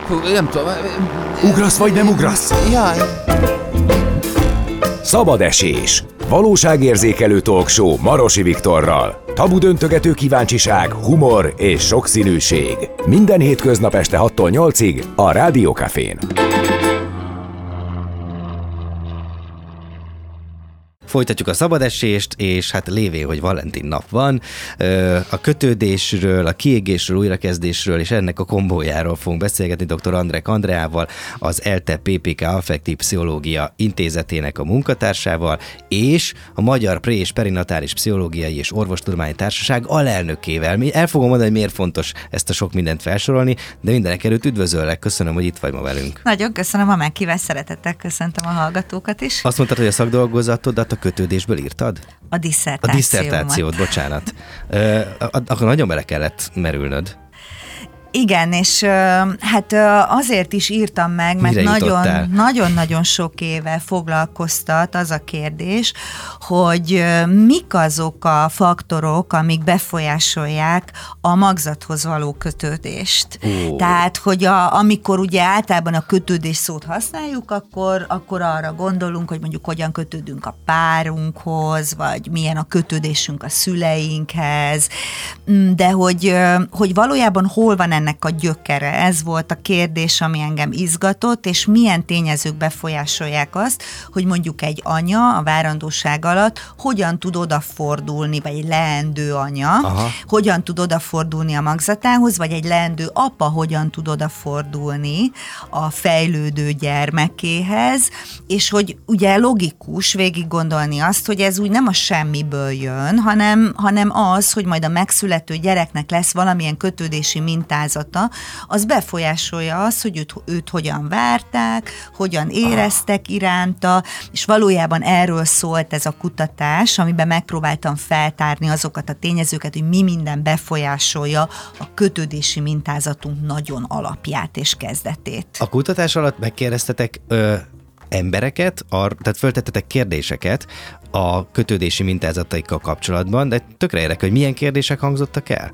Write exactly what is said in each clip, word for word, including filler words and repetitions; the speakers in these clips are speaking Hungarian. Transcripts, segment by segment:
Nem tudom. Ugrasz vagy nem ugrasz? Jaj. Szabad esés. Valóságérzékelő talkshow Marosi Viktorral. Tabu-döntögető kíváncsiság, humor és sokszínűség. Minden hétköznap este hattól nyolcig a Rádió Cafén. Folytatjuk a szabadesést, és hát lévén, hogy Valentin nap van, a kötődésről, a kiégésről, újrakezdésről és ennek a kombójáról fogunk beszélgetni dr. Andrek Andreával, az ELTE pé pé ká Affektív Pszichológia Intézetének a munkatársával, és a Magyar Pré- és Perinatális Pszichológiai és Orvostudományi Társaság alelnökével. El fogom mondani, hogy miért fontos ezt a sok mindent felsorolni, de mindenek előtt üdvözöllek, köszönöm, hogy itt vagy ma velünk. Nagyon köszönöm a meghívást, szeretettel köszöntöm a hallgatókat is. Azt mondtad, hogy a szakdolgozatodat a kötődésből írtad? A diszertációmat. A diszertációt, bocsánat. Ö, akkor nagyon bele kellett merülnöd. Igen, és hát azért is írtam meg, mert nagyon-nagyon sok éve foglalkoztat az a kérdés, hogy mik azok a faktorok, amik befolyásolják a magzathoz való kötődést. Oh. Tehát, hogy a, amikor ugye általában a kötődés szót használjuk, akkor, akkor arra gondolunk, hogy mondjuk hogyan kötődünk a párunkhoz, vagy milyen a kötődésünk a szüleinkhez, de hogy, hogy valójában hol van ennek a gyökere. Ez volt a kérdés, ami engem izgatott, és milyen tényezők befolyásolják azt, hogy mondjuk egy anya a várandóság alatt hogyan tud odafordulni, vagy egy leendő anya, aha, hogyan tud odafordulni a magzatához, vagy egy leendő apa hogyan tud odafordulni a fejlődő gyermekéhez, és hogy ugye logikus végig gondolni azt, hogy ez úgy nem a semmiből jön, hanem, hanem az, hogy majd a megszülető gyereknek lesz valamilyen kötődési mintázata, az befolyásolja azt, hogy őt, őt hogyan várták, hogyan éreztek iránta, és valójában erről szólt ez a kutatás, amiben megpróbáltam feltárni azokat a tényezőket, hogy mi minden befolyásolja a kötődési mintázatunk nagyon alapját és kezdetét. A kutatás alatt megkérdeztetek ö, embereket, ar, tehát föltettetek kérdéseket a kötődési mintázataikkal kapcsolatban, de tökre érdekel, hogy milyen kérdések hangzottak el?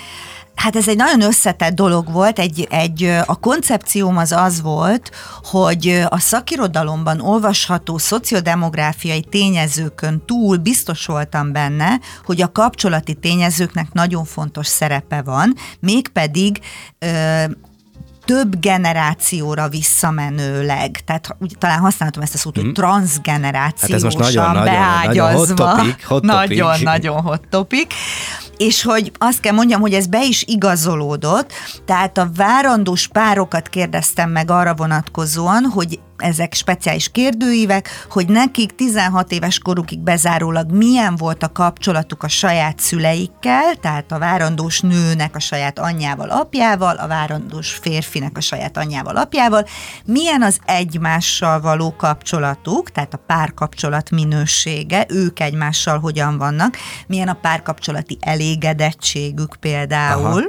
Hát ez egy nagyon összetett dolog volt, egy, egy, a koncepcióm az az volt, hogy a szakirodalomban olvasható szociodemográfiai tényezőkön túl biztos voltam benne, hogy a kapcsolati tényezőknek nagyon fontos szerepe van, mégpedig ö, több generációra visszamenőleg. Tehát úgy, talán használhatom ezt a szót, mm. hogy transzgenerációsan hát beágyazva. Nagyon-nagyon hot topic. És hogy azt kell mondjam, hogy ez be is igazolódott, tehát a várandós párokat kérdeztem meg arra vonatkozóan, hogy ezek speciális kérdőívek, hogy nekik tizenhat éves korukig bezárólag milyen volt a kapcsolatuk a saját szüleikkel, tehát a várandós nőnek a saját anyjával, apjával, a várandós férfinek a saját anyjával, apjával, milyen az egymással való kapcsolatuk, tehát a párkapcsolat minősége, ők egymással hogyan vannak, milyen a párkapcsolati elégedettségük például, aha,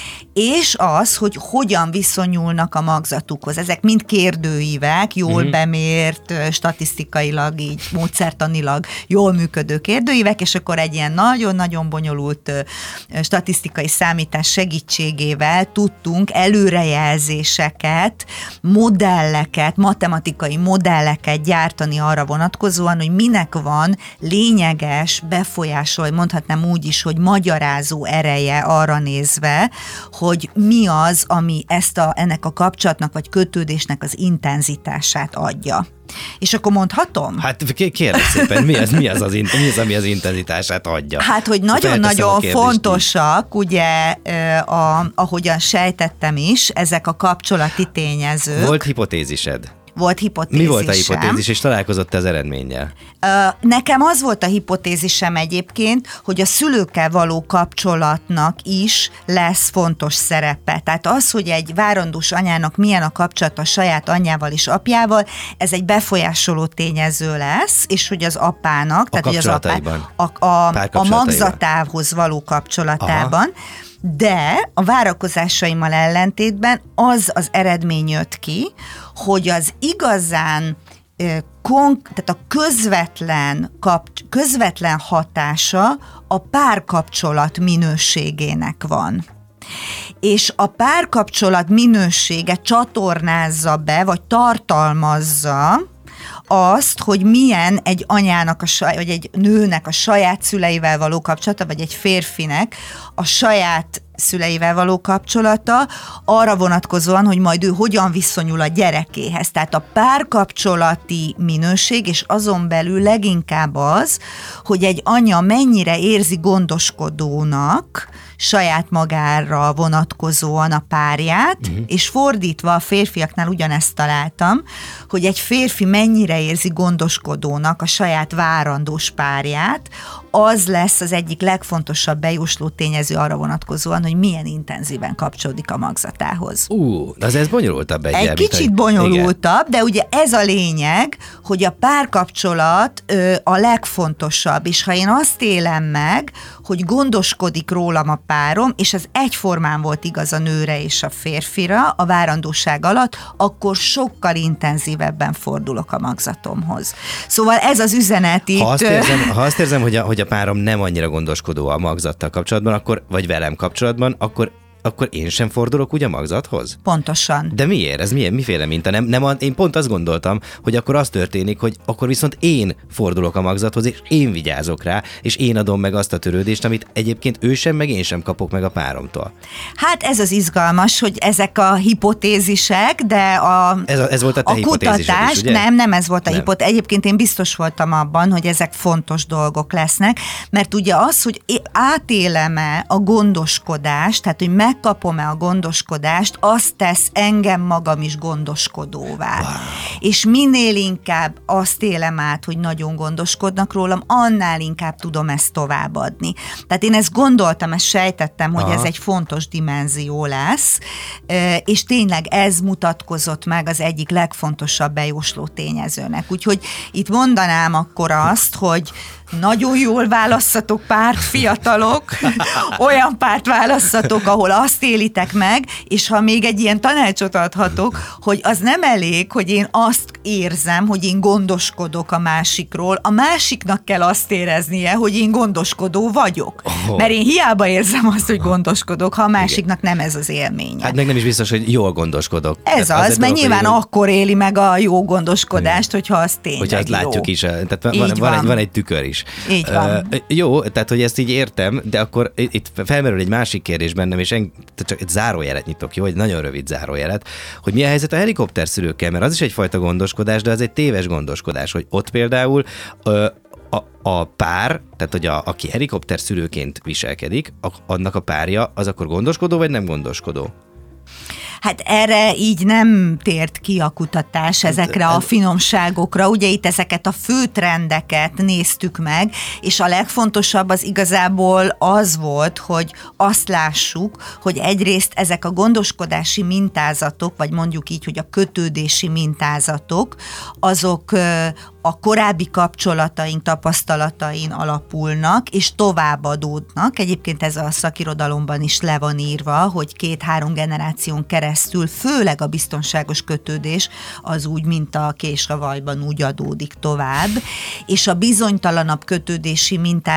és az, hogy hogyan viszonyulnak a magzatukhoz. Ezek mind kérdőívek, jól mm-hmm. bemért, statisztikailag, így módszertanilag jól működő kérdőívek, és akkor egy ilyen nagyon-nagyon bonyolult statisztikai számítás segítségével tudtunk előrejelzéseket, modelleket, matematikai modelleket gyártani arra vonatkozóan, hogy minek van lényeges, befolyásoló, mondhatnám úgy is, hogy magyarázó ereje arra nézve, hogy mi az, ami ezt a, ennek a kapcsolatnak vagy kötődésnek az intenzitását adja. És akkor mondhatom? Hát kérlek szépen, mi az, mi az, az, mi az, ami az intenzitását adja? Hát, hogy nagyon-nagyon fontosak, ugye, a, ahogyan sejtettem is, ezek a kapcsolati tényezők. Volt hipotézised? Volt hipotézisem. Mi volt a hipotézis, és találkozott az eredménnyel? Nekem az volt a hipotézisem egyébként, hogy a szülőkkel való kapcsolatnak is lesz fontos szerepe. Tehát az, hogy egy várandós anyának milyen a kapcsolata a saját anyjával és apjával, ez egy befolyásoló tényező lesz, és hogy az apának, a tehát hogy az apá, a, a, a magzatához való kapcsolatában, aha, de a várakozásaimmal ellentétben az az eredmény jött ki, hogy az igazán kon, tehát a közvetlen, kap, közvetlen hatása a párkapcsolat minőségének van. és a párkapcsolat minősége csatornázza be, vagy tartalmazza azt, hogy milyen egy anyának, a saj, vagy egy nőnek a saját szüleivel való kapcsolata, vagy egy férfinek a saját szüleivel való kapcsolata, arra vonatkozóan, hogy majd ő hogyan viszonyul a gyerekéhez. Tehát a párkapcsolati minőség, és azon belül leginkább az, hogy egy anya mennyire érzi gondoskodónak saját magára vonatkozóan a párját, uh-huh. és fordítva a férfiaknál ugyanezt találtam, hogy egy férfi mennyire érzi gondoskodónak a saját várandós párját, az lesz az egyik legfontosabb bejósló tényező arra vonatkozóan, hogy milyen intenzíven kapcsolódik a magzatához. Ú, de az ez bonyolultabb egy Egy kicsit bonyolultabb, igen. De ugye ez a lényeg, hogy a párkapcsolat ö, a legfontosabb, és ha én azt élem meg, hogy gondoskodik rólam a párom, és ez egyformán volt igaz a nőre és a férfira a várandóság alatt, akkor sokkal intenzívebben fordulok a magzatomhoz. Szóval ez az üzenet itt. Ha azt érzem, ha azt érzem hogy, a, hogy a párom nem annyira gondoskodó a magzattal kapcsolatban, akkor, vagy velem kapcsolatban, akkor akkor én sem fordulok úgy a magzathoz? Pontosan. De miért? Ez milyen, miféle minta? Nem, nem, én pont azt gondoltam, hogy akkor az történik, hogy akkor viszont én fordulok a magzathoz, és én vigyázok rá, és én adom meg azt a törődést, amit egyébként ő sem, meg én sem kapok meg a páromtól. Hát ez az izgalmas, hogy ezek a hipotézisek, de a, ez, a, ez volt a, te a kutatás, is, ugye? nem, nem ez volt a hipotézis. Egyébként én biztos voltam abban, hogy ezek fontos dolgok lesznek, mert ugye az, hogy átélem-e a gondoskodást, tehát hogy megkapom-e a gondoskodást, azt tesz engem magam is gondoskodóvá. Wow. És minél inkább azt élem át, hogy nagyon gondoskodnak rólam, annál inkább tudom ezt továbbadni. Tehát én ezt gondoltam, ezt sejtettem, hogy Aha. ez egy fontos dimenzió lesz, és tényleg ez mutatkozott meg az egyik legfontosabb bejósló tényezőnek. Úgyhogy itt mondanám akkor azt, hogy nagyon jól válasszatok párt, fiatalok, olyan párt válasszatok, ahol azt élitek meg, és ha még egy ilyen tanácsot adhatok, hogy az nem elég, hogy én azt érzem, hogy én gondoskodok a másikról, a másiknak kell azt éreznie, hogy én gondoskodó vagyok. Oh. Mert én hiába érzem azt, hogy gondoskodok, ha a másiknak nem ez az élménye. Hát meg nem is biztos, hogy jól gondoskodok. Ez Tehát az, az mert nyilván hogy... akkor éli meg a jó gondoskodást, hogyha az tényleg Hogyha azt jó. látjuk is, tehát van, van, van, egy, van egy tükör is. Így van. Uh, jó, tehát hogy ezt így értem, de akkor itt felmerül egy másik kérdés bennem, és en, csak egy zárójelet nyitok, jó, egy nagyon rövid zárójelet, hogy mi a helyzet a helikopterszülőkkel, mert az is egyfajta gondoskodás, de az egy téves gondoskodás, hogy ott például uh, a, a pár, tehát hogy a, aki helikopterszülőként viselkedik, a, annak a párja az akkor gondoskodó, vagy nem gondoskodó? Hát erre így nem tért ki a kutatás, ezekre a finomságokra. Ugye itt ezeket a fő trendeket néztük meg, és a legfontosabb az igazából az volt, hogy azt lássuk, hogy egyrészt ezek a gondoskodási mintázatok, vagy mondjuk így, hogy a kötődési mintázatok, azok a korábbi kapcsolataink, tapasztalatain alapulnak, és továbbadódnak. Egyébként ez a szakirodalomban is le van írva, hogy két-három generáción keresztül, főleg a biztonságos kötődés, az úgy, mint a kés a vajban, úgy adódik tovább, és a bizonytalanabb kötődési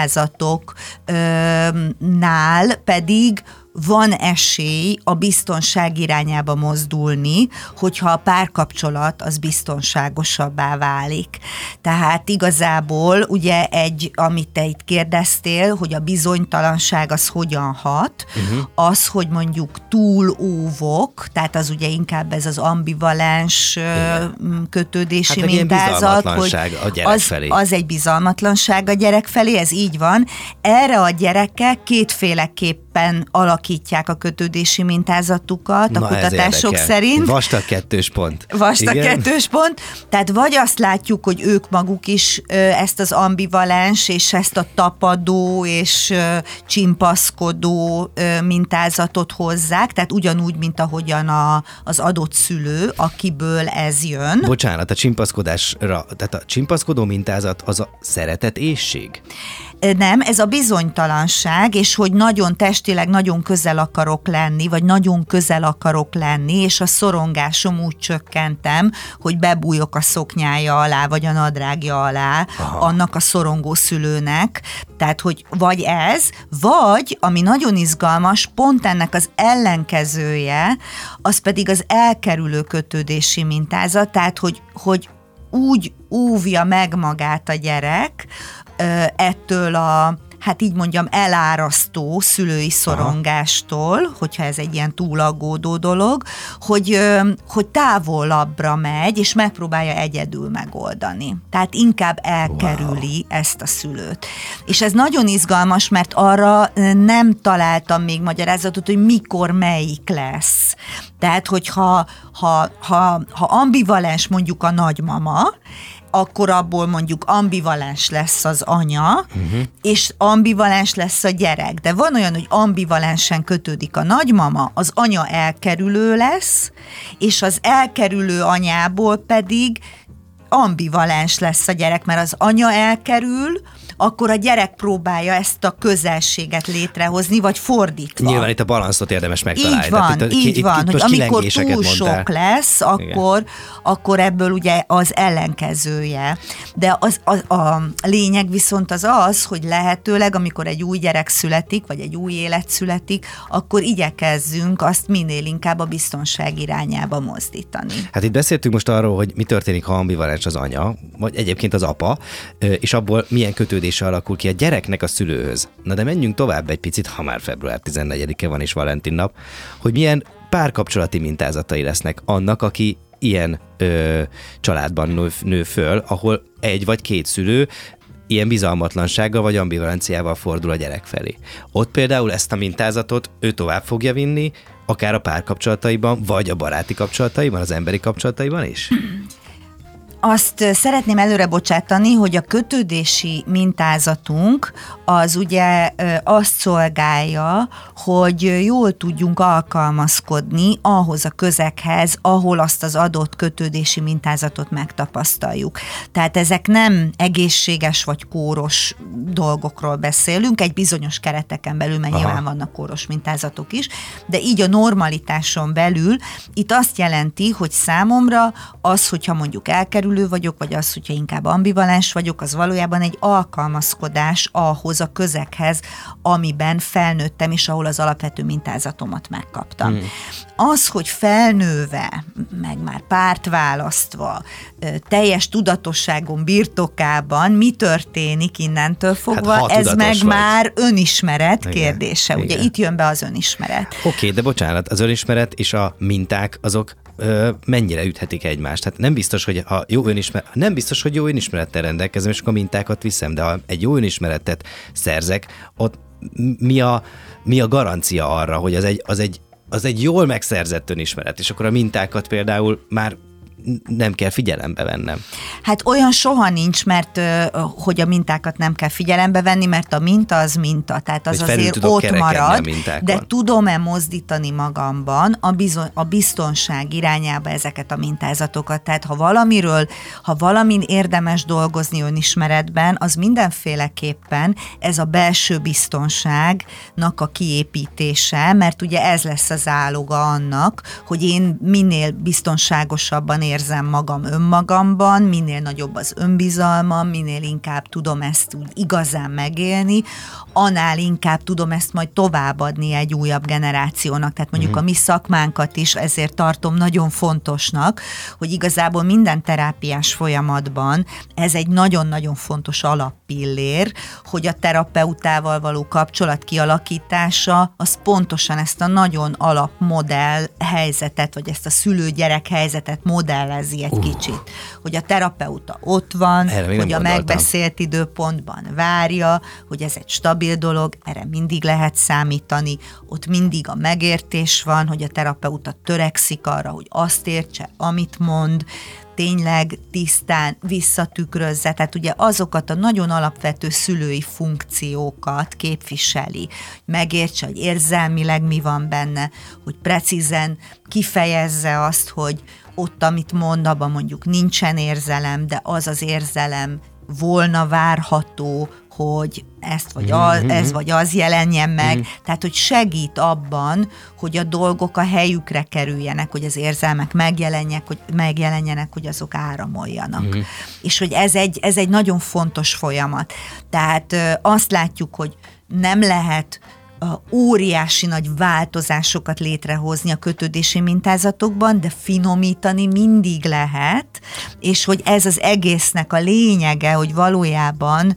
mintázatoknál pedig van esély a biztonság irányába mozdulni, hogyha a párkapcsolat az biztonságosabbá válik. Tehát igazából ugye egy, amit te itt kérdeztél, hogy a bizonytalanság az hogyan hat, uh-huh. az, hogy mondjuk túlóvok, tehát az ugye inkább ez az ambivalens Igen. kötődési hát mintázat, hogy a gyerek az, felé. az egy bizalmatlanság a gyerek felé, ez így van. Erre a gyerekek kétféleképpen alakítják a kötődési mintázatukat, Na a kutatások szerint. Vastag kettős pont. Vastag Igen? kettős pont. Tehát vagy azt látjuk, hogy ők maguk is ö, ezt az ambivalens és ezt a tapadó és ö, csimpaszkodó ö, mintázatot hozzák, tehát ugyanúgy, mint ahogyan a, az adott szülő, akiből ez jön. Bocsánat, a csimpaszkodásra, tehát a csimpaszkodó mintázat az a szeretetésség? Nem, ez a bizonytalanság, és hogy nagyon testileg nagyon közel akarok lenni, vagy nagyon közel akarok lenni, és a szorongásom úgy csökkentem, hogy bebújok a szoknyája alá, vagy a nadrágja alá, aha, annak a szorongó szülőnek. Tehát, hogy vagy ez, vagy, ami nagyon izgalmas, pont ennek az ellenkezője, az pedig az elkerülő kötődési mintázat, tehát, hogy, hogy úgy óvja meg magát a gyerek ettől a, hát így mondjam, elárasztó szülői szorongástól, aha, hogyha ez egy ilyen túlaggódó dolog, hogy, hogy távolabbra megy, és megpróbálja egyedül megoldani. Tehát inkább elkerüli wow. ezt a szülőt. És ez nagyon izgalmas, mert arra nem találtam még magyarázatot, hogy mikor melyik lesz. Tehát, hogyha ha, ha, ha ambivalens mondjuk a nagymama, akkor abból mondjuk ambivalens lesz az anya, uh-huh. és ambivalens lesz a gyerek. De van olyan, hogy ambivalensen kötődik a nagymama, az anya elkerülő lesz, és az elkerülő anyából pedig ambivalens lesz a gyerek, mert az anya elkerül, akkor a gyerek próbálja ezt a közelséget létrehozni, vagy fordítva. Nyilván itt a balanszot érdemes megtalálni. Így van, itt a, így itt, van, itt hogy amikor túl mondtál. sok lesz, akkor, akkor ebből ugye az ellenkezője. De az, az, a lényeg viszont az az, hogy lehetőleg, amikor egy új gyerek születik, vagy egy új élet születik, akkor igyekezzünk azt minél inkább a biztonság irányába mozdítani. Hát itt beszéltünk most arról, hogy mi történik, ha ambivalens az anya, vagy egyébként az apa, és abból milyen kötődés alakul ki a gyereknek a szülőhöz. Na de menjünk tovább egy picit, ha már február tizennegyedike van és Valentin nap, hogy milyen párkapcsolati mintázatai lesznek annak, aki ilyen ö, családban nő, nő föl, ahol egy vagy két szülő ilyen bizalmatlansággal vagy ambivalenciával fordul a gyerek felé. Ott például ezt a mintázatot ő tovább fogja vinni, akár a párkapcsolataiban, vagy a baráti kapcsolataiban, az emberi kapcsolataiban is? Azt szeretném előre bocsátani, hogy a kötődési mintázatunk az ugye azt szolgálja, hogy jól tudjunk alkalmazkodni ahhoz a közeghez, ahol azt az adott kötődési mintázatot megtapasztaljuk. Tehát ezek nem egészséges vagy kóros dolgokról beszélünk, egy bizonyos kereteken belül, mert aha, nyilván vannak kóros mintázatok is, de így a normalitáson belül itt azt jelenti, hogy számomra az, hogyha mondjuk elkerül vagyok, vagy az, hogyha inkább ambivalens vagyok, az valójában egy alkalmazkodás ahhoz a közeghez, amiben felnőttem, és ahol az alapvető mintázatomat megkaptam. Hmm. Az, hogy felnőve, meg már párt választva, teljes tudatosságon birtokában mi történik innentől fogva, hát, ez meg vagy. Már önismeret igen, kérdése. Igen. Ugye itt jön be az önismeret. Oké, okay, de bocsánat, az önismeret és a minták azok mennyire üthetik egymást. Hát nem biztos, hogy ha jó önismeret, nem biztos, hogy jó önismerettel rendelkezem, és akkor mintákat viszem, de ha egy jó önismeretet szerzek, ott mi a, mi a garancia arra, hogy az egy, az egy, az egy jól megszerzett önismeret, és akkor a mintákat például már nem kell figyelembe vennem. Hát olyan soha nincs, mert hogy a mintákat nem kell figyelembe venni, mert a minta az minta, tehát az azért ott marad, de tudom-e mozdítani magamban a, bizony, a biztonság irányába ezeket a mintázatokat. Tehát ha valamiről, ha valamin érdemes dolgozni önismeretben, az mindenféleképpen ez a belső biztonságnak a kiépítése, mert ugye ez lesz az záloga annak, hogy én minél biztonságosabban érzem magam önmagamban, minél nagyobb az önbizalmam, minél inkább tudom ezt úgy igazán megélni, annál inkább tudom ezt majd továbbadni egy újabb generációnak. Tehát mondjuk uh-huh. a mi szakmánkat is ezért tartom nagyon fontosnak, hogy igazából minden terápiás folyamatban ez egy nagyon-nagyon fontos alappillér, hogy a terapeutával való kapcsolat kialakítása az pontosan ezt a nagyon alapmodell helyzetet, vagy ezt a szülő-gyerek helyzetet modellezi egy uh. kicsit. Hogy a terapeuta ott van, hogy a megbeszélt időpontban várja, hogy ez egy stabil dolog, erre mindig lehet számítani, ott mindig a megértés van, hogy a terapeuta törekszik arra, hogy azt értse, amit mond, tényleg tisztán visszatükrözze, tehát ugye azokat a nagyon alapvető szülői funkciókat képviseli, megértse, hogy érzelmileg mi van benne, hogy precízen kifejezze azt, hogy ott, amit mond, abban mondjuk nincsen érzelem, de az az érzelem volna várható, hogy ezt vagy az, ez vagy az jelenjen meg, mm. tehát hogy segít abban, hogy a dolgok a helyükre kerüljenek, hogy az érzelmek megjelenjenek, hogy megjelenjenek, hogy azok áramoljanak. Mm. És hogy ez egy, ez egy nagyon fontos folyamat. Tehát azt látjuk, hogy nem lehet óriási nagy változásokat létrehozni a kötődési mintázatokban, de finomítani mindig lehet, és hogy ez az egésznek a lényege, hogy valójában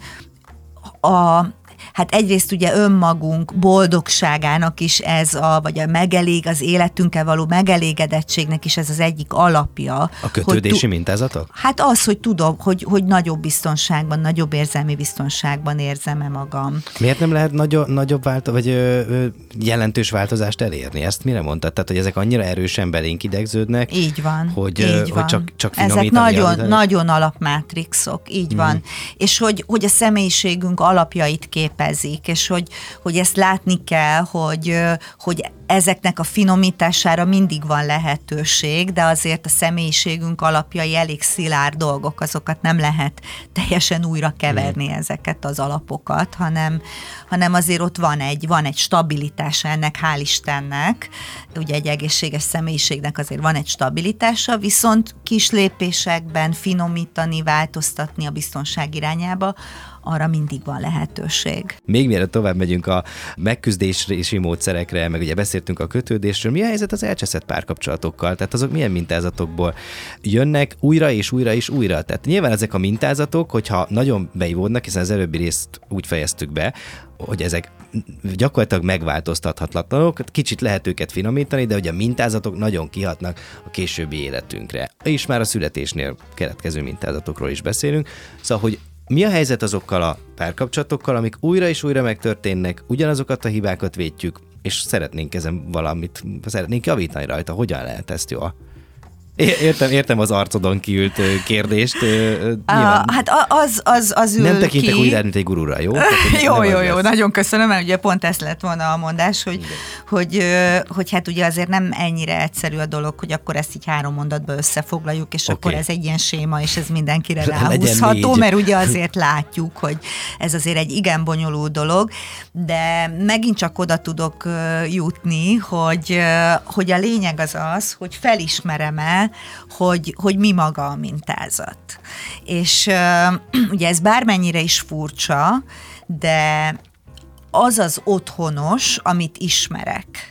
a hát egyrészt ugye önmagunk boldogságának is ez a, vagy a megelég, az életünkkel való megelégedettségnek is ez az egyik alapja. A kötődési hogy, mintázatok? Hát az, hogy tudom, hogy, hogy nagyobb biztonságban, nagyobb érzelmi biztonságban érzem-e magam. Miért nem lehet nagyobb, nagyobb válto- vagy ö, ö, jelentős változást elérni? Ezt mire mondtad? Tehát, hogy ezek annyira erősen belénk idegződnek, így van, hogy, így ö, van. hogy csak, csak ezek nagyon, nagyon alapmátrixok, így mm. van. És hogy, hogy a személyiségünk alapjait képezik, és hogy, hogy ezt látni kell, hogy, hogy ezeknek a finomítására mindig van lehetőség, de azért a személyiségünk alapjai elég szilárd dolgok, azokat nem lehet teljesen újra keverni hmm. ezeket az alapokat, hanem, hanem azért ott van egy, van egy stabilitása ennek, hál' Istennek, ugye egy egészséges személyiségnek azért van egy stabilitása, viszont kis lépésekben finomítani, változtatni a biztonság irányába, arra mindig van lehetőség. Még mielőtt tovább megyünk a megküzdési módszerekre, meg ugye beszéltünk a kötődésről, mi a helyzet az elcseszett párkapcsolatokkal? Tehát azok milyen mintázatokból jönnek újra és újra és újra? Tehát nyilván ezek a mintázatok, hogyha nagyon beivódnak, hiszen az előbbi részt úgy fejeztük be, hogy ezek gyakorlatilag megváltoztathatatlanok, kicsit lehet őket finomítani, de hogy a mintázatok nagyon kihatnak a későbbi életünkre. És már a születésnél keletkező mintázatokról is beszélünk. Szóval, hogy mi a helyzet azokkal a párkapcsolatokkal, amik újra és újra megtörténnek, ugyanazokat a hibákat védjük, és szeretnénk ezen valamit, szeretnénk javítani rajta. Hogyan lehet ezt jól? Értem, értem az arcodon kiült kérdést. A, hát az, az, az ül Nem tekintek ki. úgy rád, mint egy gurúra, jó? Tehát, jó, jó, jó, nagyon köszönöm, mert ugye pont ez lett volna a mondás, hogy, hogy, hogy hát ugye azért nem ennyire egyszerű a dolog, hogy akkor ezt így három mondatba összefoglaljuk, és okay. akkor ez egy ilyen séma, és ez mindenkire ráhúzható, mert ugye azért látjuk, hogy ez azért egy igen bonyolult dolog, de megint csak oda tudok jutni, hogy, hogy a lényeg az az, hogy felismerem-e, Hogy, hogy mi maga a mintázat. És uh, ugye ez bármennyire is furcsa, de az az otthonos, amit ismerek.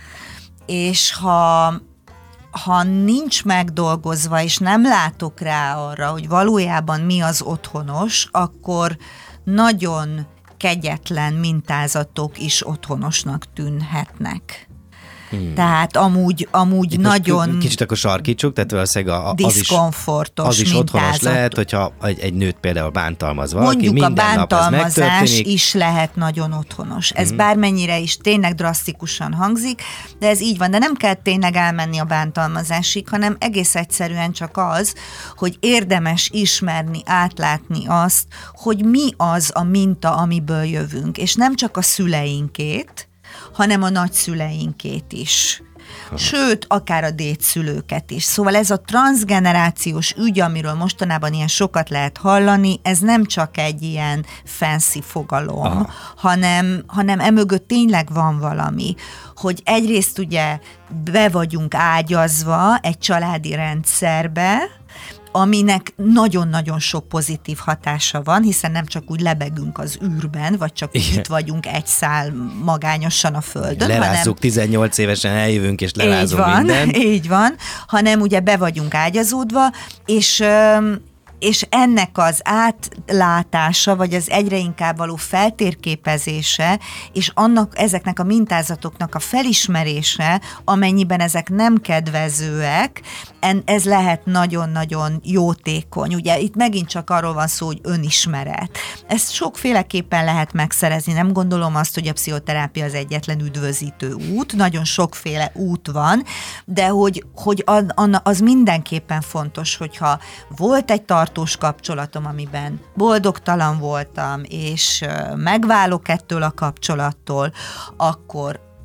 És ha, ha nincs megdolgozva, és nem látok rá arra, hogy valójában mi az otthonos, akkor nagyon kegyetlen mintázatok is otthonosnak tűnhetnek. Hmm. Tehát amúgy, amúgy Itt nagyon... Kicsit akkor sarkítsuk, tehát valószínűleg a, az is, az is otthonos lehet, hogyha egy, egy nőt például bántalmaz valaki, mondjuk minden a bántalmazás is lehet nagyon otthonos. Ez hmm. bármennyire is tényleg drasztikusan hangzik, de ez így van, de nem kell tényleg elmenni a bántalmazásig, hanem egész egyszerűen csak az, hogy érdemes ismerni, átlátni azt, hogy mi az a minta, amiből jövünk, és nem csak a szüleinkét, hanem a nagyszüleinkét is. Sőt, akár a dédszülőket is. Szóval ez a transzgenerációs ügy, amiről mostanában ilyen sokat lehet hallani, ez nem csak egy ilyen fancy fogalom, hanem, hanem emögött tényleg van valami, hogy egyrészt ugye be vagyunk ágyazva egy családi rendszerbe, aminek nagyon-nagyon sok pozitív hatása van, hiszen nem csak úgy lebegünk az űrben, vagy csak úgy itt vagyunk egy szál magányosan a földön. Lerázzuk, hanem, tizennyolc évesen eljövünk, és lerázunk így van, mindent. Így van, hanem ugye be vagyunk ágyazódva, és... és ennek az átlátása, vagy az egyre inkább való feltérképezése, és annak, ezeknek a mintázatoknak a felismerése, amennyiben ezek nem kedvezőek, ez lehet nagyon-nagyon jótékony. Ugye itt megint csak arról van szó, hogy önismeret. Ezt sokféleképpen lehet megszerezni. Nem gondolom azt, hogy a pszichoterápia az egyetlen üdvözítő út. Nagyon sokféle út van, de hogy, hogy az mindenképpen fontos, hogyha volt egy tartós kapcsolatom, amiben boldogtalan voltam, és megválok ettől a kapcsolattól, akkor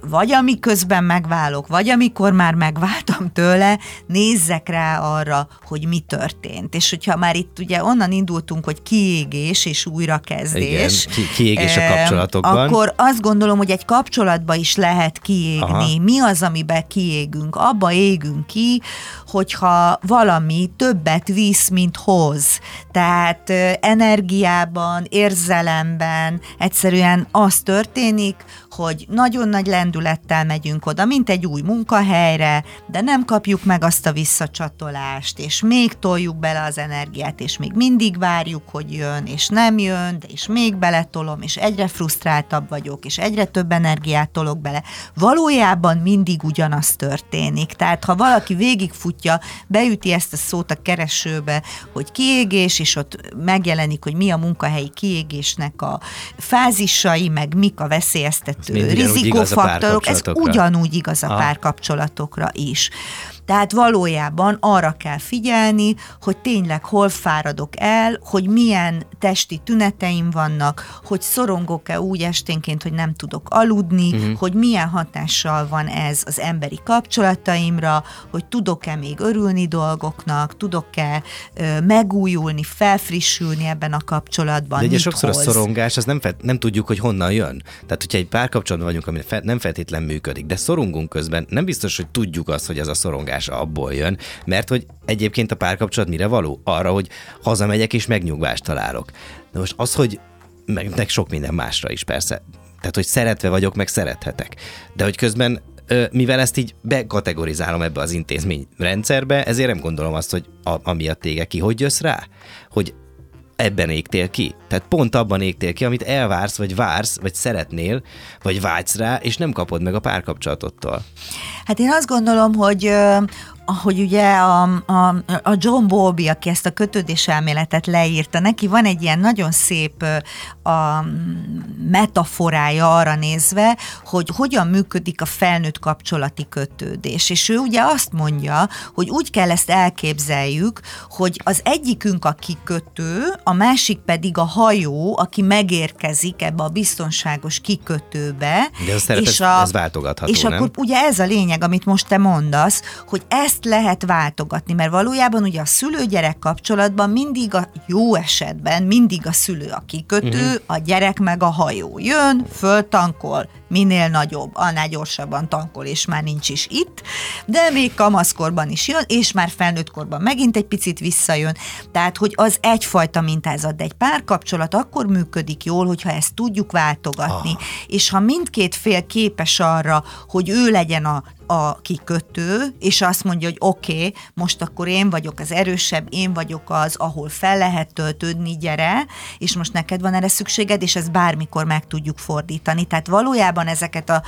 vagy amiközben megválok, vagy amikor már megváltam tőle, nézzek rá arra, hogy mi történt. És hogyha már itt ugye onnan indultunk, hogy kiégés és újrakezdés. Igen, ki, kiégés a kapcsolatokban. Akkor azt gondolom, hogy egy kapcsolatba is lehet kiégni. Aha. Mi az, amiben kiégünk? Abba égünk ki, hogyha valami többet visz, mint hoz. Tehát energiában, érzelemben egyszerűen az történik, hogy nagyon nagy lendülettel megyünk oda, mint egy új munkahelyre, de nem kapjuk meg azt a visszacsatolást, és még toljuk bele az energiát, és még mindig várjuk, hogy jön, és nem jön, de és még beletolom, és egyre frusztráltabb vagyok, és egyre több energiát tolok bele. Valójában mindig ugyanaz történik. Tehát ha valaki végigfutja, beüti ezt a szót a keresőbe, hogy kiégés, és ott megjelenik, hogy mi a munkahelyi kiégésnek a fázisai, meg mik a veszélyeztető rizikófaktorok, ez ugyanúgy igaz a párkapcsolatokra is. Tehát valójában arra kell figyelni, hogy tényleg hol fáradok el, hogy milyen testi tüneteim vannak, hogy szorongok-e úgy esténként, hogy nem tudok aludni, uh-huh. hogy milyen hatással van ez az emberi kapcsolataimra, hogy tudok-e még örülni dolgoknak, tudok-e ö, megújulni, felfrissülni ebben a kapcsolatban. De ugye sokszor hoz. A szorongás, az nem, fe, nem tudjuk, hogy honnan jön. Tehát, hogyha egy párkapcsolatban vagyunk, ami fe, nem feltétlen működik, de szorongunk közben, nem biztos, hogy tudjuk azt, hogy ez a szorongás abból jön, mert hogy egyébként a párkapcsolat mire való? Arra, hogy hazamegyek és megnyugvást találok. De most az, hogy meg, meg sok minden másra is persze. Tehát, hogy szeretve vagyok, meg szerethetek. De hogy közben, mivel ezt így bekategorizálom ebbe az intézményrendszerbe, ezért nem gondolom azt, hogy a, amiatt téged ki, hogy jössz rá? Hogy ebben égtél ki. Tehát pont abban égtél ki, amit elvársz, vagy vársz, vagy szeretnél, vagy vágysz rá, és nem kapod meg a párkapcsolatottól. Hát én azt gondolom, hogy ahogy ugye a, a, a John Bowlby, aki ezt a kötődés elméletet leírta, neki van egy ilyen nagyon szép a metaforája arra nézve, hogy hogyan működik a felnőtt kapcsolati kötődés. És ő ugye azt mondja, hogy úgy kell ezt elképzeljük, hogy az egyikünk a kikötő, a másik pedig a hajó, aki megérkezik ebbe a biztonságos kikötőbe. De az szerep, és ez, a, ez váltogatható, és nem? akkor ugye ez a lényeg, amit most te mondasz, hogy ezt lehet váltogatni, mert valójában ugye a szülő-gyerek kapcsolatban mindig a jó esetben, mindig a szülő a kikötő, uh-huh. a gyerek meg a hajó. Jön, föltankol, minél nagyobb, annál gyorsabban tankol, és már nincs is itt, de még kamaszkorban is jön, és már felnőttkorban megint egy picit visszajön. Tehát, hogy az egyfajta mintázat, de egy párkapcsolat akkor működik jól, hogyha ezt tudjuk váltogatni. Ah. És ha mindkét fél képes arra, hogy ő legyen a a kikötő, és azt mondja, hogy oké, okay, most akkor én vagyok az erősebb, én vagyok az, ahol fel lehet töltődni, gyere, és most neked van erre szükséged, és ezt bármikor meg tudjuk fordítani. Tehát valójában ezeket a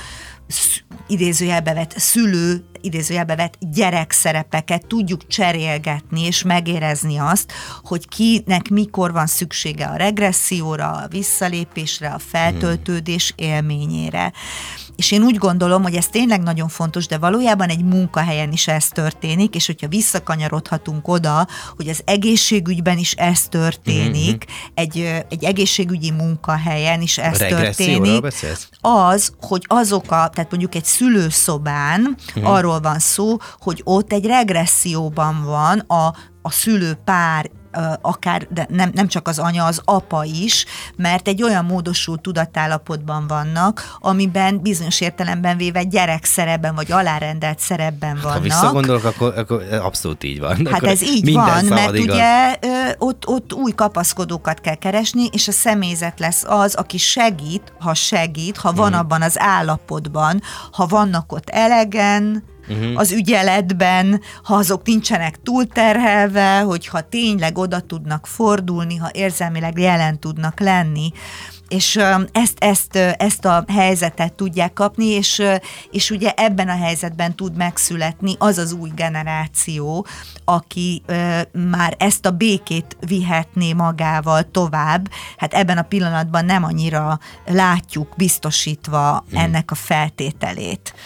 idézőjelbe vett szülő, idézőjelbe vett gyerekszerepeket tudjuk cserélgetni, és megérezni azt, hogy kinek mikor van szüksége a regresszióra, a visszalépésre, a feltöltődés élményére. És én úgy gondolom, hogy ez tényleg nagyon fontos, de valójában egy munkahelyen is ez történik, és hogyha visszakanyarodhatunk oda, hogy az egészségügyben is ez történik, mm-hmm. egy, egy egészségügyi munkahelyen is ez történik, beszélsz? Az, hogy azok a, tehát mondjuk egy szülőszobán mm-hmm. arról van szó, hogy ott egy regresszióban van a, a szülőpár, akár, de nem, nem csak az anya, az apa is, mert egy olyan módosult tudatállapotban vannak, amiben bizonyos értelemben véve gyerekszerepben, vagy alárendelt szerepben vannak. Ha visszagondolok, akkor, akkor abszolút így van. Hát akkor ez így van, mert igaz. Ugye ott, ott új kapaszkodókat kell keresni, és a személyzet lesz az, aki segít, ha segít, ha van hmm. abban az állapotban, ha vannak ott elegen, Uh-huh. az ügyeletben, ha azok nincsenek túlterhelve, hogyha tényleg oda tudnak fordulni, ha érzelmileg jelen tudnak lenni, és ezt, ezt, ezt a helyzetet tudják kapni, és, és ugye ebben a helyzetben tud megszületni az az új generáció, aki már ezt a békét vihetné magával tovább. Hát ebben a pillanatban nem annyira látjuk biztosítva ennek a feltételét.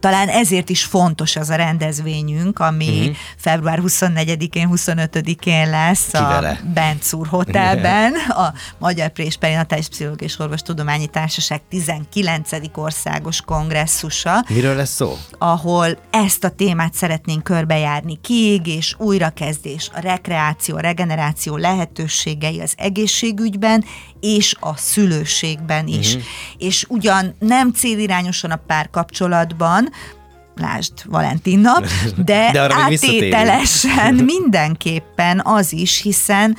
talán ezért is fontos az a rendezvényünk, ami uh-huh. február huszonnegyedikén, huszonötödikén lesz Kivele? a Bencúr Hotelben, a Magyar Présperinatállis Pszichológiai és Orvostudományi Társaság tizenkilencedik országos kongresszusa. Miről lesz szó? Ahol ezt a témát szeretnénk körbejárni. Kiégés, újrakezdés, a rekreáció, a regeneráció lehetőségei az egészségügyben és a szülőségben is. Uh-huh. És ugyan nem célirányosan a párkapcsolatban, lásd Valentin nap, de, de áttételesen mindenképpen az is, hiszen,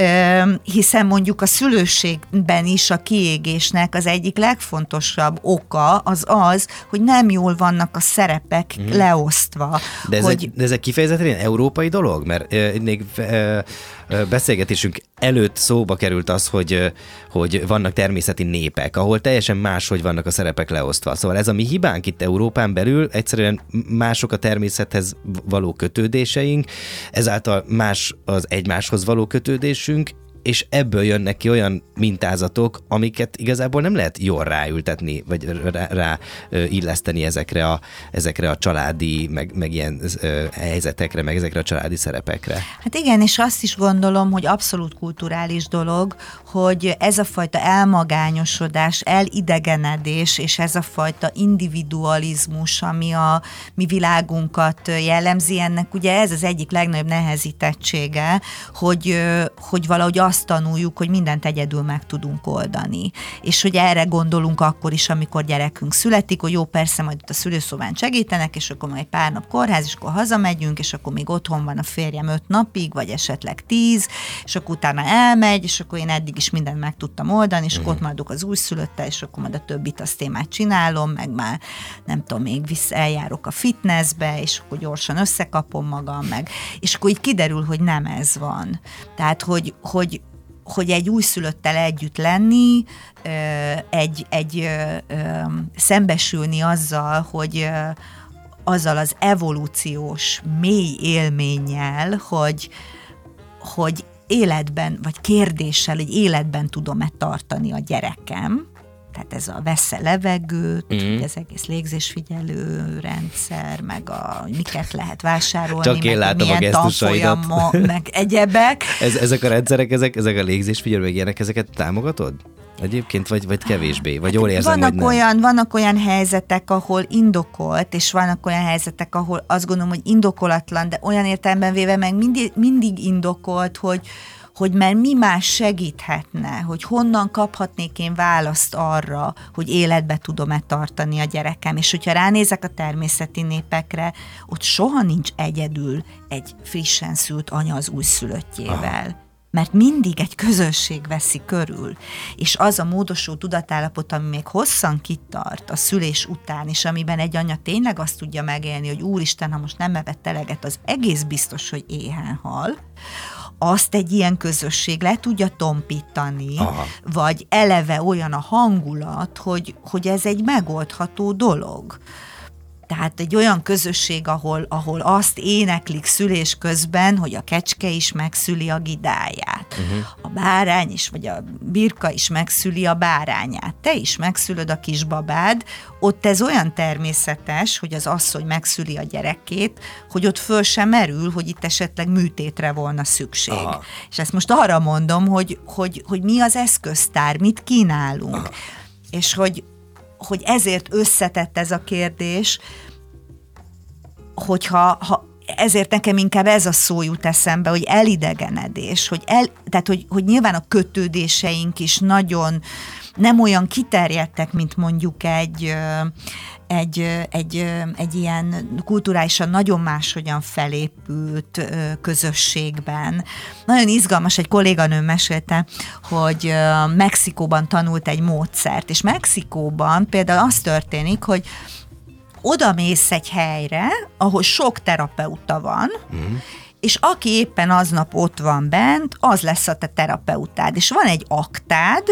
ö, hiszen mondjuk a szülőségben is a kiégésnek az egyik legfontosabb oka az az, hogy nem jól vannak a szerepek mm. leosztva. De ez, hogy... egy, de ez egy kifejezetten ilyen európai dolog? Mert ö, még ö, ö, beszélgetésünk előtt szóba került az, hogy, hogy vannak természeti népek, ahol teljesen máshogy vannak a szerepek leosztva. Szóval ez a mi hibánk itt Európán belül, egyszerűen mások a természethez való kötődéseink, ezáltal más az egymáshoz való kötődésünk, és ebből jönnek ki olyan mintázatok, amiket igazából nem lehet jól ráültetni, vagy rá, rá illeszteni ezekre a, ezekre a családi, meg, meg ilyen ö, helyzetekre, meg ezekre a családi szerepekre. Hát igen, és azt is gondolom, hogy abszolút kulturális dolog, hogy ez a fajta elmagányosodás, elidegenedés, és ez a fajta individualizmus, ami a mi világunkat jellemzi, ennek ugye ez az egyik legnagyobb nehezítettsége, hogy, hogy valahogy azt tanuljuk, hogy mindent egyedül meg tudunk oldani. És hogy erre gondolunk akkor is, amikor gyerekünk születik, hogy jó, persze, majd ott a szülőszobán segítenek, és akkor majd egy pár nap kórház, és akkor hazamegyünk, és akkor még otthon van a férjem öt napig, vagy esetleg tíz, és akkor utána elmegy, és akkor én eddig is mindent meg tudtam oldani, és akkor ott maradok az újszülöttel, és akkor majd a többit azt én már csinálom, meg már nem tudom, még vissza eljárok a fitnessbe, és akkor gyorsan összekapom magam, meg. És akkor így kiderül, hogy nem ez van. Tehát, hogy, hogy hogy egy újszülöttel együtt lenni, egy, egy szembesülni azzal, hogy azzal az evolúciós mély élménnyel, hogy, hogy életben, vagy kérdéssel, hogy életben tudom-e tartani a gyerekem, tehát ez a vesz-e levegőt, mm. az egész légzésfigyelő rendszer, meg a, miket lehet vásárolni, csak én meg milyen tanfolyamok, meg egyebek. Ez, ezek a rendszerek, ezek, ezek a légzésfigyelő, meg ilyenek, ezeket támogatod? Egyébként, vagy, vagy kevésbé? Vagy jól érzem, vannak hogy nem? Olyan, vannak olyan helyzetek, ahol indokolt, és vannak olyan helyzetek, ahol azt gondolom, hogy indokolatlan, de olyan értelemben véve meg mindig, mindig indokolt, hogy hogy mert mi más segíthetne, hogy honnan kaphatnék én választ arra, hogy életbe tudom-e tartani a gyerekem. És hogyha ránézek a természeti népekre, ott soha nincs egyedül egy frissen szült anya az újszülöttjével. Aha. Mert mindig egy közösség veszi körül, és az a módosult tudatállapot, ami még hosszan kitart a szülés után, és amiben egy anya tényleg azt tudja megélni, hogy úristen, ha most nem evett eleget, az egész biztos, hogy éhen hal, azt egy ilyen közösség le tudja tompítani, aha, vagy eleve olyan a hangulat, hogy, hogy ez egy megoldható dolog. Tehát egy olyan közösség, ahol, ahol azt éneklik szülés közben, hogy a kecske is megszüli a gidáját. Uh-huh. A bárány is, vagy a birka is megszüli a bárányát. Te is megszülöd a kisbabád. Ott ez olyan természetes, hogy az asszony megszüli a gyerekét, hogy ott föl sem merül, hogy itt esetleg műtétre volna szükség. Aha. És ezt most arra mondom, hogy, hogy, hogy mi az eszköztár, mit kínálunk. Aha. És hogy hogy ezért összetett ez a kérdés, hogyha ha, ezért nekem inkább ez a szó jut eszembe, hogy elidegenedés, hogy, el, tehát, hogy, hogy nyilván a kötődéseink is nagyon nem olyan kiterjedtek, mint mondjuk egy, egy, egy, egy ilyen kulturálisan nagyon máshogyan felépült közösségben. Nagyon izgalmas, egy kolléganőm mesélte, hogy Mexikóban tanult egy módszert, és Mexikóban például az történik, hogy oda mész egy helyre, ahol sok terapeuta van, mm. és aki éppen aznap ott van bent, az lesz a te terapeutád. És van egy aktád,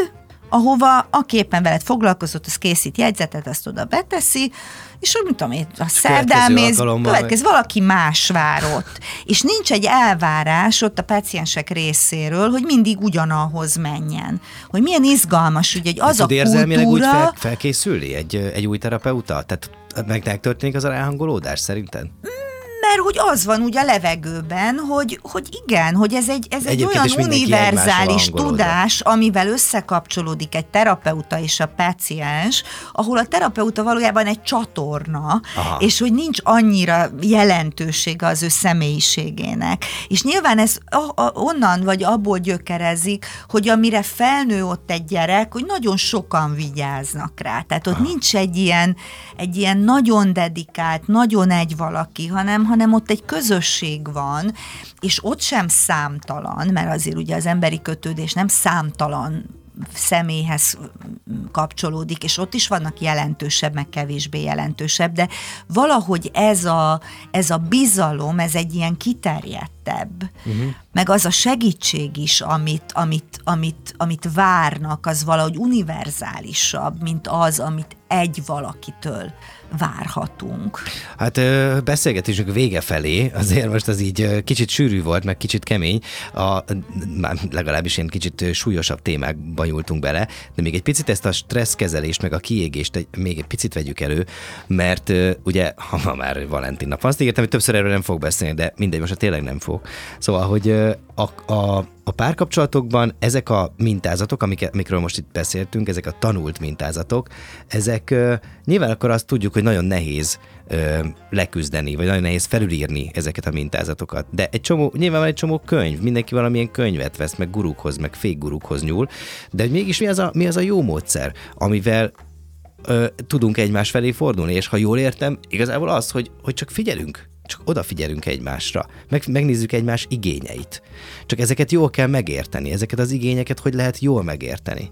ahova aki éppen veled foglalkozott, az készít jegyzetet, azt oda beteszi, és úgy, mint tudom én, a szerdán mész, következő valaki más vár ott. És nincs egy elvárás ott a páciensek részéről, hogy mindig ugyanahoz menjen. Hogy milyen izgalmas, ugye, hogy az tud a érzelmileg kultúra... úgy fel, felkészülni egy, egy új terapeuta? Tehát meg megtörténik az a ráhangolódás szerinted? Mert hogy az van ugye a levegőben, hogy, hogy igen, hogy ez egy, ez egy olyan univerzális tudás, amivel összekapcsolódik egy terapeuta és a páciens, ahol a terapeuta valójában egy csatorna, aha, és hogy nincs annyira jelentősége az ő személyiségének. És nyilván ez a, a, onnan vagy abból gyökerezik, hogy amire felnő ott egy gyerek, hogy nagyon sokan vigyáznak rá. Tehát ott aha, nincs egy ilyen, egy ilyen nagyon dedikált, nagyon egy valaki, hanem hanem ott egy közösség van, és ott sem számtalan, mert azért ugye az emberi kötődés nem számtalan személyhez kapcsolódik, és ott is vannak jelentősebb, meg kevésbé jelentősebb, de valahogy ez a, ez a bizalom, ez egy ilyen kiterjedtebb, uh-huh, meg az a segítség is, amit, amit, amit, amit várnak, az valahogy univerzálisabb, mint az, amit egy valakitől várhatunk. Hát beszélgetésünk vége felé, azért most az így kicsit sűrű volt, meg kicsit kemény, a, legalábbis ilyen kicsit súlyosabb témákba nyúltunk bele, de még egy picit ezt a stresszkezelést, meg a kiégést egy, még egy picit vegyük elő, mert ugye, ha már Valentin nap van, azt ígértem, hogy többször erről nem fog beszélni, de mindegy, most tényleg nem fog. Szóval, hogy a, a A párkapcsolatokban ezek a mintázatok, amik, amikről most itt beszéltünk, ezek a tanult mintázatok, ezek uh, nyilván akkor azt tudjuk, hogy nagyon nehéz uh, leküzdeni, vagy nagyon nehéz felülírni ezeket a mintázatokat. De egy csomó, nyilván van egy csomó könyv, mindenki valamilyen könyvet vesz, meg gurukhoz, meg fékgurukhoz nyúl, de mégis mi az a, mi az a jó módszer, amivel uh, tudunk egymás felé fordulni, és ha jól értem, igazából az, hogy, hogy csak figyelünk. Csak odafigyelünk egymásra, meg, megnézzük egymás igényeit. Csak ezeket jól kell megérteni, ezeket az igényeket hogy lehet jól megérteni?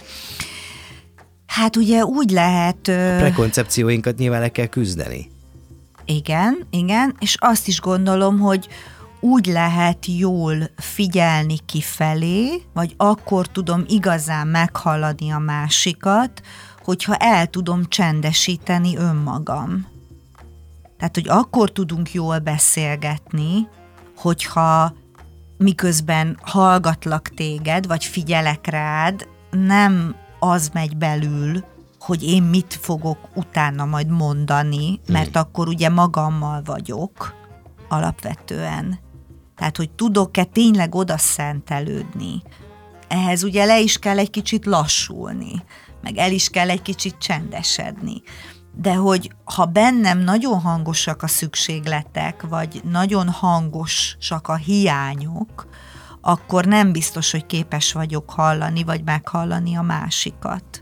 Hát ugye úgy lehet... A prekoncepcióinkat nyilván le kell küzdeni. Igen, igen, és azt is gondolom, hogy úgy lehet jól figyelni kifelé, vagy akkor tudom igazán meghallani a másikat, hogyha el tudom csendesíteni önmagam. Tehát, hogy akkor tudunk jól beszélgetni, hogyha miközben hallgatlak téged, vagy figyelek rád, nem az megy belül, hogy én mit fogok utána majd mondani, mert hmm. akkor ugye magammal vagyok alapvetően. Tehát, hogy tudok-e tényleg oda szentelődni. Ehhez ugye le is kell egy kicsit lassulni, meg el is kell egy kicsit csendesedni. De hogy ha bennem nagyon hangosak a szükségletek, vagy nagyon hangosak a hiányok, akkor nem biztos, hogy képes vagyok hallani, vagy meghallani a másikat.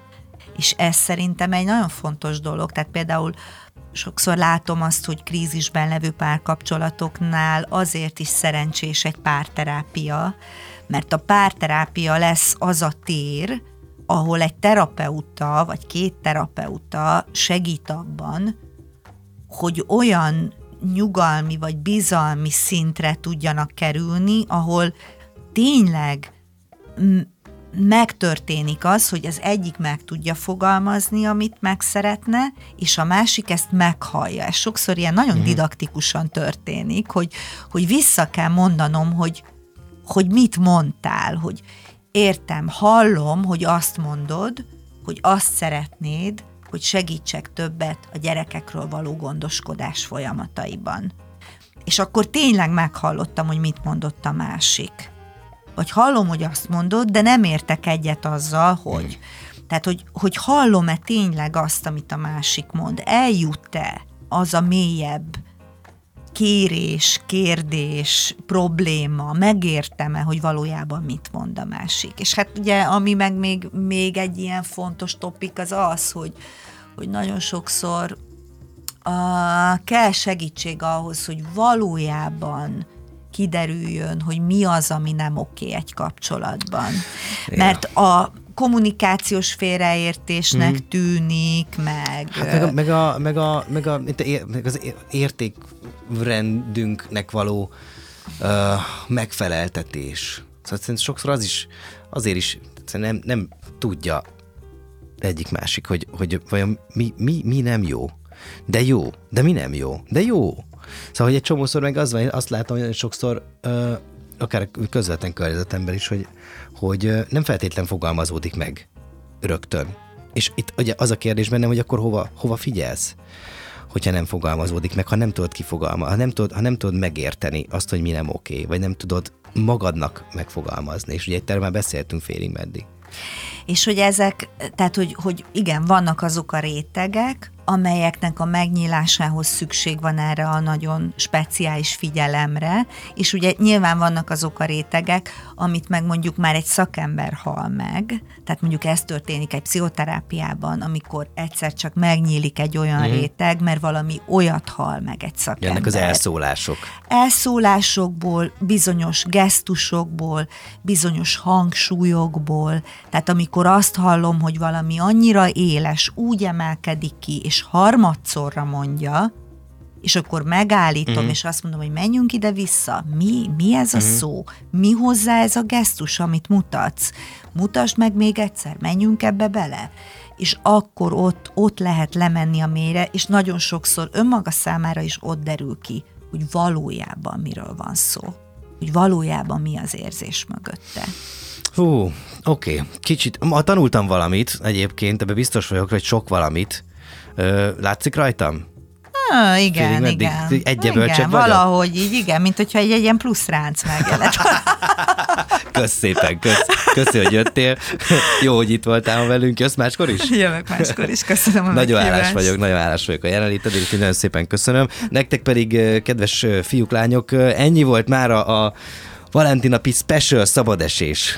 És ez szerintem egy nagyon fontos dolog. Tehát például sokszor látom azt, hogy krízisben levő párkapcsolatoknál azért is szerencsés egy párterápia, mert a párterápia lesz az a tér, ahol egy terapeuta, vagy két terapeuta segít abban, hogy olyan nyugalmi vagy bizalmi szintre tudjanak kerülni, ahol tényleg m- megtörténik az, hogy az egyik meg tudja fogalmazni, amit meg szeretne, és a másik ezt meghallja. Ez sokszor ilyen nagyon didaktikusan történik, hogy, hogy vissza kell mondanom, hogy, hogy mit mondtál, hogy értem, hallom, hogy azt mondod, hogy azt szeretnéd, hogy segítsek többet a gyerekekről való gondoskodás folyamataiban. És akkor tényleg meghallottam, hogy mit mondott a másik. Vagy hallom, hogy azt mondod, de nem értek egyet azzal, hogy... Tehát, hogy, hogy hallom-e tényleg azt, amit a másik mond? Eljut-e az a mélyebb kérés, kérdés, probléma, megértem-e, hogy valójában mit mond a másik. És hát ugye, ami meg még, még egy ilyen fontos topik, az az, hogy, hogy nagyon sokszor uh, kell segítség ahhoz, hogy valójában kiderüljön, hogy mi az, ami nem oké egy kapcsolatban. Ja. Mert a kommunikációs félreértésnek mm. tűnik, meg... Hát meg, a, meg, a, meg, a, meg, a, meg az értékrendünknek való uh, megfeleltetés. Szóval sokszor az is, azért is egyszerűen nem, nem tudja egyik másik, hogy, hogy vajon mi, mi, mi nem jó. De jó, de mi nem jó, de jó. Szóval, hogy egy csomószor meg az van, azt látom, hogy sokszor ö, akár közvetlen környezetemben is, hogy, hogy ö, nem feltétlen fogalmazódik meg rögtön. És itt ugye az a kérdés bennem, hogy akkor hova, hova figyelsz, hogyha nem fogalmazódik meg, ha nem tudod kifogalmazni, ha nem tudod, ha nem tudod megérteni azt, hogy mi nem oké, vagy nem tudod magadnak megfogalmazni. És ugye itt erről már beszéltünk félig meddig. És hogy ezek, tehát hogy, hogy igen, vannak azok a rétegek, amelyeknek a megnyílásához szükség van erre a nagyon speciális figyelemre, és ugye nyilván vannak azok a rétegek, amit meg mondjuk már egy szakember hal meg, tehát mondjuk ez történik egy pszichoterápiában, amikor egyszer csak megnyílik egy olyan mm. réteg, mert valami olyat hal meg egy szakember. Ennek az elszólások. Elszólásokból, bizonyos gesztusokból, bizonyos hangsúlyokból, tehát amikor azt hallom, hogy valami annyira éles, úgy emelkedik ki, és harmadszorra mondja, és akkor megállítom, uh-huh. és azt mondom, hogy menjünk ide-vissza. Mi? Mi ez a uh-huh. szó? Mi hozzá ez a gesztus, amit mutatsz? Mutasd meg még egyszer, menjünk ebbe bele. És akkor ott, ott lehet lemenni a mélyre, és nagyon sokszor önmaga számára is ott derül ki, hogy valójában miről van szó. Hogy valójában mi az érzés mögötte. Hú, oké. Okay. Kicsit, ma tanultam valamit egyébként, ebbe biztos vagyok, hogy sok valamit. Ö, látszik rajtam? Ah, igen, Félig, igen. Igen, valahogy így, igen, mint hogyha egy, egy ilyen plusz ránc megjelent. Kösz szépen, kösz, köszi, hogy jöttél. Jó, hogy itt voltál velünk. Jössz máskor is? Jövök máskor is, köszönöm a Nagyon állás vagyok, nagyon állás vagyok a jelenlétedért, úgyhogy nagyon szépen köszönöm. Nektek pedig, kedves fiúk, lányok, ennyi volt már a, a Valentin napi special szabadesés.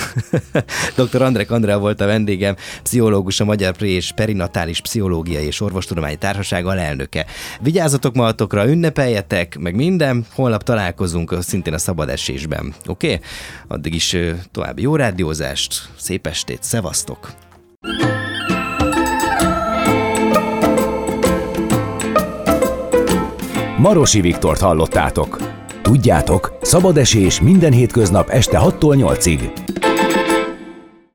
doktor Andrek Andrea volt a vendégem, pszichológus, a Magyar Pré- és Perinatális Pszichológiai és Orvostudományi Társaság alelnöke. Vigyázzatok magatokra, ünnepeljetek, meg minden, holnap találkozunk szintén a szabadesésben. Oké? Okay? Addig is további jó rádiózást, szép estét, szevasztok! Marosi Viktort hallottátok. Tudjátok, szabadesés minden hétköznap este hattól nyolcig.